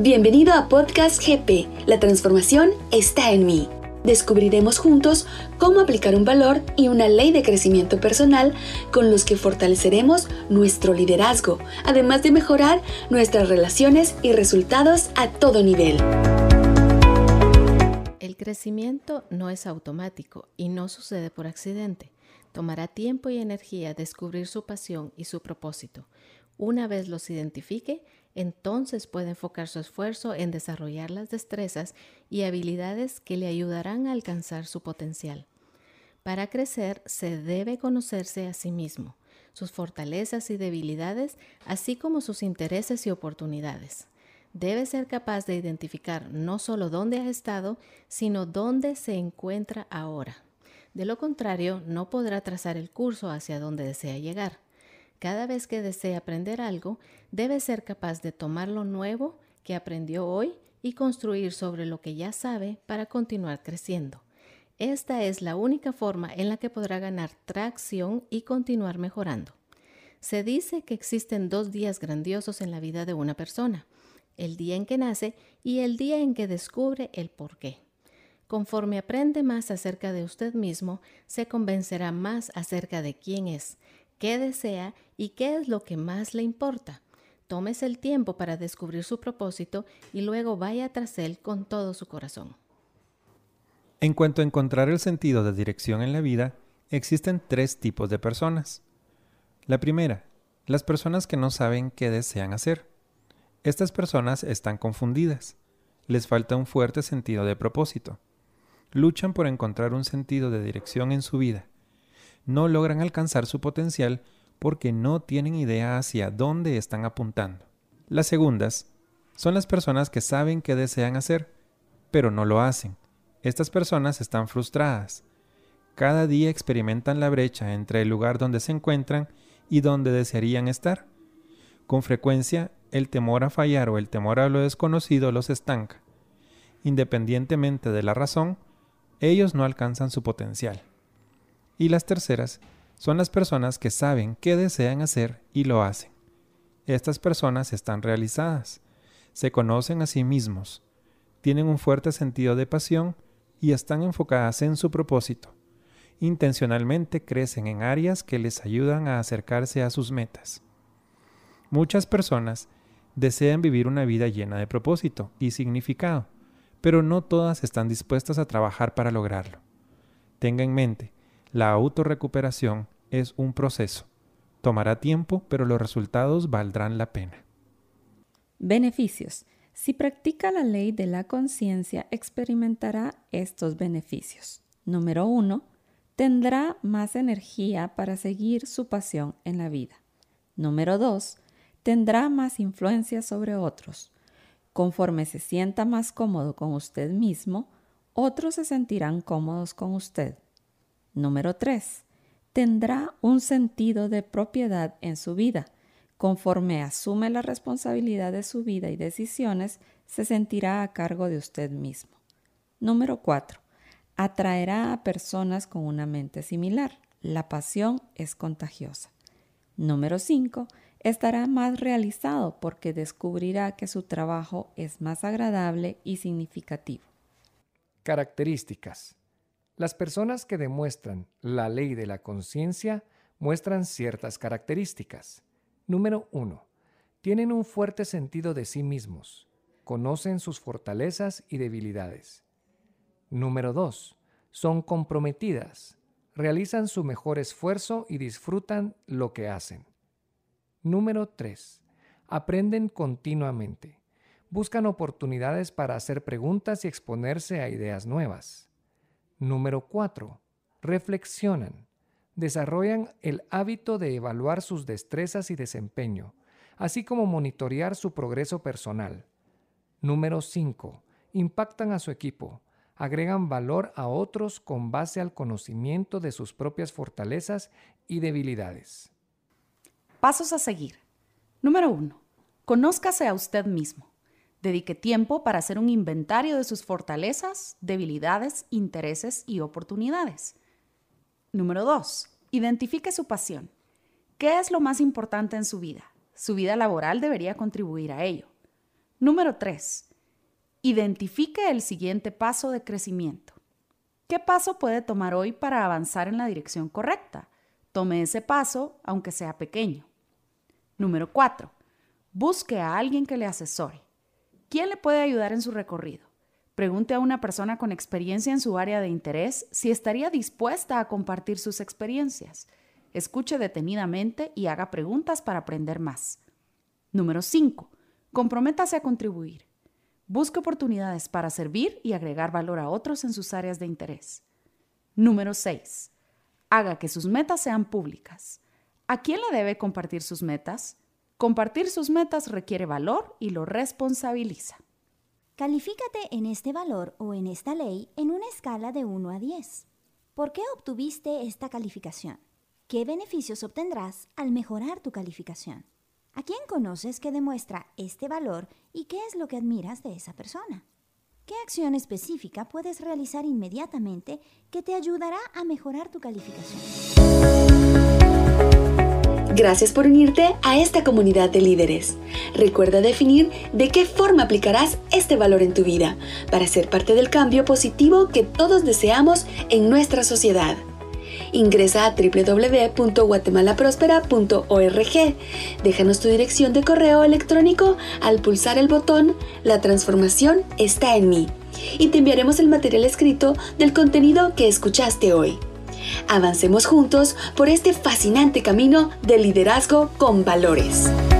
Bienvenido a Podcast GP. La transformación está en mí. Descubriremos juntos cómo aplicar un valor y una ley de crecimiento personal con los que fortaleceremos nuestro liderazgo, además de mejorar nuestras relaciones y resultados a todo nivel. El crecimiento no es automático y no sucede por accidente. Tomará tiempo y energía descubrir su pasión y su propósito. Una vez los identifique, entonces puede enfocar su esfuerzo en desarrollar las destrezas y habilidades que le ayudarán a alcanzar su potencial. Para crecer, se debe conocerse a sí mismo, sus fortalezas y debilidades, así como sus intereses y oportunidades. Debe ser capaz de identificar no solo dónde ha estado, sino dónde se encuentra ahora. De lo contrario, no podrá trazar el curso hacia donde desea llegar. Cada vez que desee aprender algo, debe ser capaz de tomar lo nuevo que aprendió hoy y construir sobre lo que ya sabe para continuar creciendo. Esta es la única forma en la que podrá ganar tracción y continuar mejorando. Se dice que existen 2 días grandiosos en la vida de una persona: el día en que nace y el día en que descubre el porqué. Conforme aprende más acerca de usted mismo, se convencerá más acerca de quién es, qué desea y qué es lo que más le importa. Tómese el tiempo para descubrir su propósito y luego vaya tras él con todo su corazón. En cuanto a encontrar el sentido de dirección en la vida, existen 3 tipos de personas. La primera, las personas que no saben qué desean hacer. Estas personas están confundidas. Les falta un fuerte sentido de propósito. Luchan por encontrar un sentido de dirección en su vida. No logran alcanzar su potencial porque no tienen idea hacia dónde están apuntando. Las segundas son las personas que saben qué desean hacer, pero no lo hacen. Estas personas están frustradas. Cada día experimentan la brecha entre el lugar donde se encuentran y donde desearían estar. Con frecuencia, el temor a fallar o el temor a lo desconocido los estanca. Independientemente de la razón, ellos no alcanzan su potencial. Y las terceras son las personas que saben qué desean hacer y lo hacen. Estas personas están realizadas, se conocen a sí mismos, tienen un fuerte sentido de pasión y están enfocadas en su propósito. Intencionalmente crecen en áreas que les ayudan a acercarse a sus metas. Muchas personas desean vivir una vida llena de propósito y significado, pero no todas están dispuestas a trabajar para lograrlo. Tenga en mente, la autorrecuperación es un proceso. Tomará tiempo, pero los resultados valdrán la pena. Beneficios. Si practica la ley de la conciencia, experimentará estos beneficios. Número 1. Tendrá más energía para seguir su pasión en la vida. Número 2. Tendrá más influencia sobre otros. Conforme se sienta más cómodo con usted mismo, otros se sentirán cómodos con usted. Número 3. Tendrá un sentido de propiedad en su vida. Conforme asume la responsabilidad de su vida y decisiones, se sentirá a cargo de usted mismo. Número 4. Atraerá a personas con una mente similar. La pasión es contagiosa. Número 5. Estará más realizado porque descubrirá que su trabajo es más agradable y significativo. Características. Las personas que demuestran la ley de la conciencia muestran ciertas características. Número 1. Tienen un fuerte sentido de sí mismos. Conocen sus fortalezas y debilidades. Número 2. Son comprometidas. Realizan su mejor esfuerzo y disfrutan lo que hacen. Número 3. Aprenden continuamente. Buscan oportunidades para hacer preguntas y exponerse a ideas nuevas. Número 4. Reflexionan. Desarrollan el hábito de evaluar sus destrezas y desempeño, así como monitorear su progreso personal. Número 5. Impactan a su equipo. Agregan valor a otros con base al conocimiento de sus propias fortalezas y debilidades. Pasos a seguir. Número 1. Conózcase a usted mismo. Dedique tiempo para hacer un inventario de sus fortalezas, debilidades, intereses y oportunidades. Número 2. Identifique su pasión. ¿Qué es lo más importante en su vida? Su vida laboral debería contribuir a ello. Número 3. Identifique el siguiente paso de crecimiento. ¿Qué paso puede tomar hoy para avanzar en la dirección correcta? Tome ese paso, aunque sea pequeño. Número 4. Busque a alguien que le asesore. ¿Quién le puede ayudar en su recorrido? Pregunte a una persona con experiencia en su área de interés si estaría dispuesta a compartir sus experiencias. Escuche detenidamente y haga preguntas para aprender más. Número 5. Comprométase a contribuir. Busque oportunidades para servir y agregar valor a otros en sus áreas de interés. Número 6. Haga que sus metas sean públicas. ¿A quién le debe compartir sus metas? Compartir sus metas requiere valor y lo responsabiliza. Califícate en este valor o en esta ley en una escala de 1 a 10. ¿Por qué obtuviste esta calificación? ¿Qué beneficios obtendrás al mejorar tu calificación? ¿A quién conoces que demuestra este valor y qué es lo que admiras de esa persona? ¿Qué acción específica puedes realizar inmediatamente que te ayudará a mejorar tu calificación? Gracias por unirte a esta comunidad de líderes. Recuerda definir de qué forma aplicarás este valor en tu vida para ser parte del cambio positivo que todos deseamos en nuestra sociedad. Ingresa a www.guatemalaprospera.org. Déjanos tu dirección de correo electrónico al pulsar el botón La transformación está en mí y te enviaremos el material escrito del contenido que escuchaste hoy. Avancemos juntos por este fascinante camino de liderazgo con valores.